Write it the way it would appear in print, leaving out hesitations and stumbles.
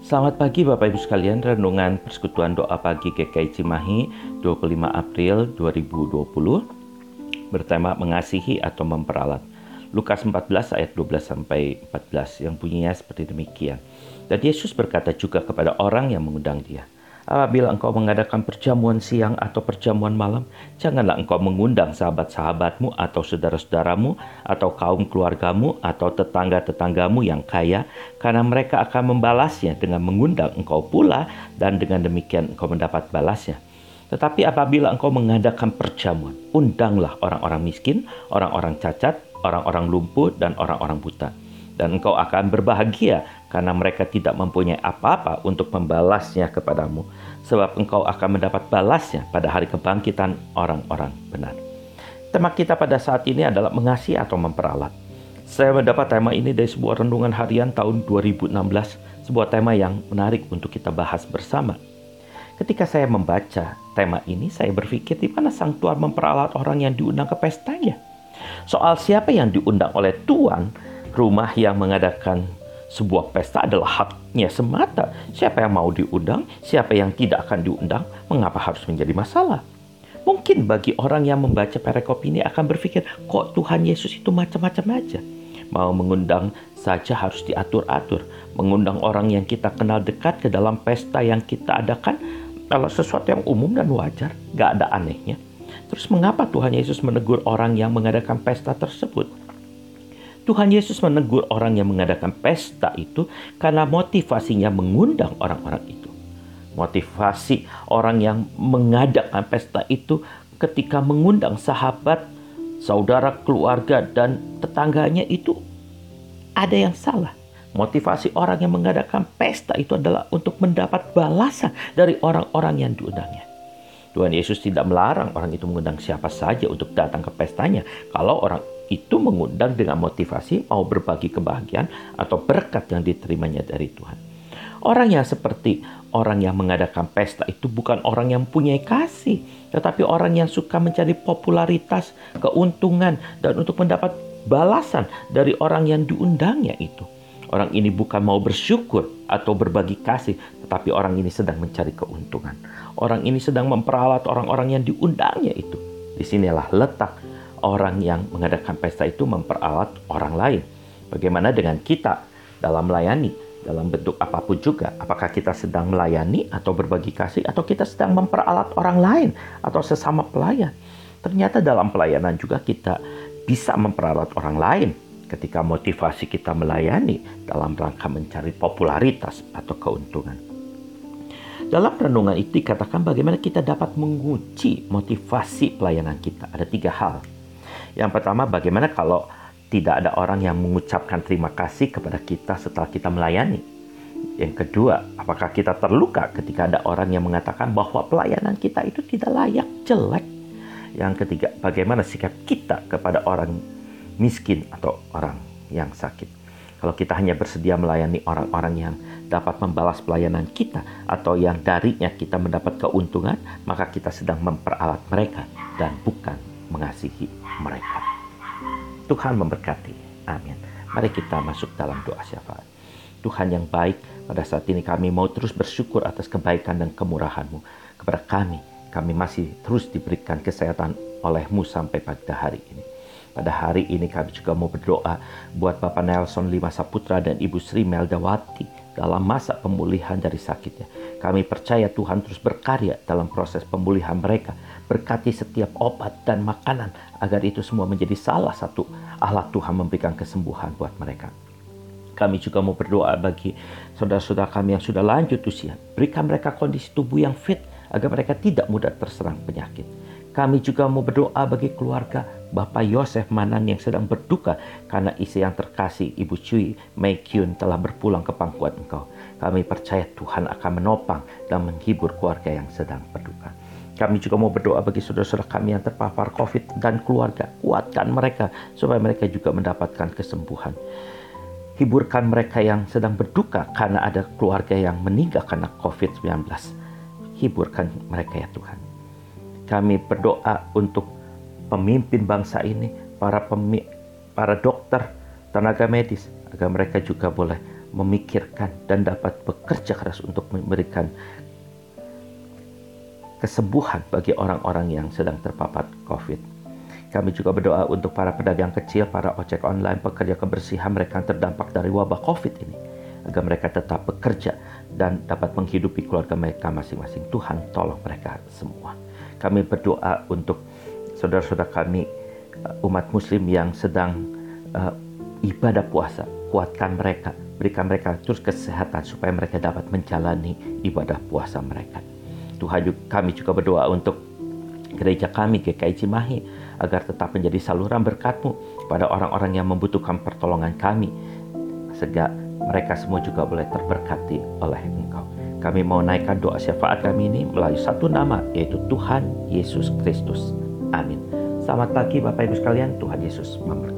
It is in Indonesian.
Selamat pagi Bapak Ibu sekalian, renungan persekutuan doa pagi GKI Cimahi 25 April 2020 bertema mengasihi atau memperalat. Lukas 14 ayat 12 sampai 14 yang bunyinya seperti demikian. Dan Yesus berkata juga kepada orang yang mengundang dia, apabila engkau mengadakan perjamuan siang atau perjamuan malam, janganlah engkau mengundang sahabat-sahabatmu atau saudara-saudaramu atau kaum keluargamu atau tetangga-tetanggamu yang kaya, karena mereka akan membalasnya dengan mengundang engkau pula, dan dengan demikian engkau mendapat balasnya. Tetapi apabila engkau mengadakan perjamuan, undanglah orang-orang miskin, orang-orang cacat, orang-orang lumpuh, dan orang-orang buta. Dan engkau akan berbahagia karena mereka tidak mempunyai apa-apa untuk membalasnya kepadamu, sebab engkau akan mendapat balasnya pada hari kebangkitan orang-orang benar. Tema kita pada saat ini adalah mengasihi atau memperalat. Saya mendapat tema ini dari sebuah renungan harian tahun 2016, sebuah tema yang menarik untuk kita bahas bersama. Ketika saya membaca tema ini, saya berpikir di mana sang tuan memperalat orang yang diundang ke pestanya. Soal siapa yang diundang oleh tuan rumah yang mengadakan sebuah pesta adalah haknya semata. Siapa yang mau diundang, siapa yang tidak akan diundang, mengapa harus menjadi masalah? Mungkin bagi orang yang membaca perikop ini akan berpikir, kok Tuhan Yesus itu macam-macam aja. Mau mengundang saja harus diatur-atur. Mengundang orang yang kita kenal dekat ke dalam pesta yang kita adakan adalah sesuatu yang umum dan wajar, gak ada anehnya. Terus mengapa Tuhan Yesus menegur orang yang mengadakan pesta tersebut? Tuhan Yesus menegur orang yang mengadakan pesta itu karena motivasinya mengundang orang-orang itu. Motivasi orang yang mengadakan pesta itu ketika mengundang sahabat, saudara, keluarga, dan tetangganya itu ada yang salah. Motivasi orang yang mengadakan pesta itu adalah untuk mendapat balasan dari orang-orang yang diundangnya. Tuhan Yesus tidak melarang orang itu mengundang siapa saja untuk datang ke pestanya. Kalau orang itu mengundang dengan motivasi mau berbagi kebahagiaan atau berkat yang diterimanya dari Tuhan. Orang yang seperti orang yang mengadakan pesta itu bukan orang yang punya kasih, tetapi orang yang suka mencari popularitas, keuntungan, dan untuk mendapat balasan dari orang yang diundangnya itu. Orang ini bukan mau bersyukur atau berbagi kasih, tetapi orang ini sedang mencari keuntungan. Orang ini sedang memperalat orang-orang yang diundangnya itu. Disinilah letak orang yang mengadakan pesta itu memperalat orang lain. Bagaimana dengan kita dalam melayani, dalam bentuk apapun juga? Apakah kita sedang melayani atau berbagi kasih, atau kita sedang memperalat orang lain atau sesama pelayan? Ternyata dalam pelayanan juga kita bisa memperalat orang lain ketika motivasi kita melayani dalam rangka mencari popularitas atau keuntungan. Dalam renungan itu dikatakan bagaimana kita dapat menguji motivasi pelayanan kita. Ada 3 hal. Yang pertama, bagaimana kalau tidak ada orang yang mengucapkan terima kasih kepada kita setelah kita melayani. Yang kedua, apakah kita terluka ketika ada orang yang mengatakan bahwa pelayanan kita itu tidak layak, jelek. Yang ketiga, bagaimana sikap kita kepada orang miskin atau orang yang sakit. Kalau kita hanya bersedia melayani orang-orang yang dapat membalas pelayanan kita atau yang darinya kita mendapat keuntungan, maka kita sedang memperalat mereka dan bukan mengasihi mereka. Tuhan memberkati. Amin. Mari kita masuk dalam doa syafaat. Tuhan yang baik, pada saat ini kami mau terus bersyukur atas kebaikan dan kemurahan-Mu kepada kami. Kami masih terus diberikan kesehatan oleh-Mu sampai pada hari ini. Pada hari ini kami juga mau berdoa buat Bapak Nelson Lima Saputra dan Ibu Sri Meldawati dalam masa pemulihan dari sakitnya. Kami percaya Tuhan terus berkarya dalam proses pemulihan mereka. Berkati setiap obat dan makanan agar itu semua menjadi salah satu alat Tuhan memberikan kesembuhan buat mereka. Kami juga mau berdoa bagi saudara-saudara kami yang sudah lanjut usia. Berikan mereka kondisi tubuh yang fit agar mereka tidak mudah terserang penyakit. Kami juga mau berdoa bagi keluarga Bapak Yosef Manan yang sedang berduka karena istri yang terkasih Ibu Cui Mei Kyun telah berpulang ke pangkuan Engkau. Kami percaya Tuhan akan menopang dan menghibur keluarga yang sedang berduka. Kami juga mau berdoa bagi saudara-saudara kami yang terpapar COVID dan keluarga. Kuatkan mereka supaya mereka juga mendapatkan kesembuhan. Hiburkan mereka yang sedang berduka karena ada keluarga yang meninggal karena COVID-19. Hiburkan mereka ya Tuhan. Kami berdoa untuk pemimpin bangsa ini, para dokter, tenaga medis, agar mereka juga boleh memikirkan dan dapat bekerja keras untuk memberikan kesembuhan bagi orang-orang yang sedang terpapar COVID. Kami juga berdoa untuk para pedagang kecil, para ojek online, pekerja kebersihan mereka yang terdampak dari wabah COVID ini, agar mereka tetap bekerja dan dapat menghidupi keluarga mereka masing-masing. Tuhan, tolong mereka semua. Kami berdoa untuk saudara-saudara kami, umat muslim yang sedang ibadah puasa. Kuatkan mereka, berikan mereka terus kesehatan supaya mereka dapat menjalani ibadah puasa mereka. Tuhan, kami juga berdoa untuk gereja kami, GKI Cimahi, agar tetap menjadi saluran berkat-Mu pada orang-orang yang membutuhkan pertolongan kami, sehingga mereka semua juga boleh terberkati oleh Engkau. Kami mau naikkan doa syafaat kami ini melalui satu nama, yaitu Tuhan Yesus Kristus. Amin. Selamat pagi Bapak Ibu sekalian, Tuhan Yesus memberkati.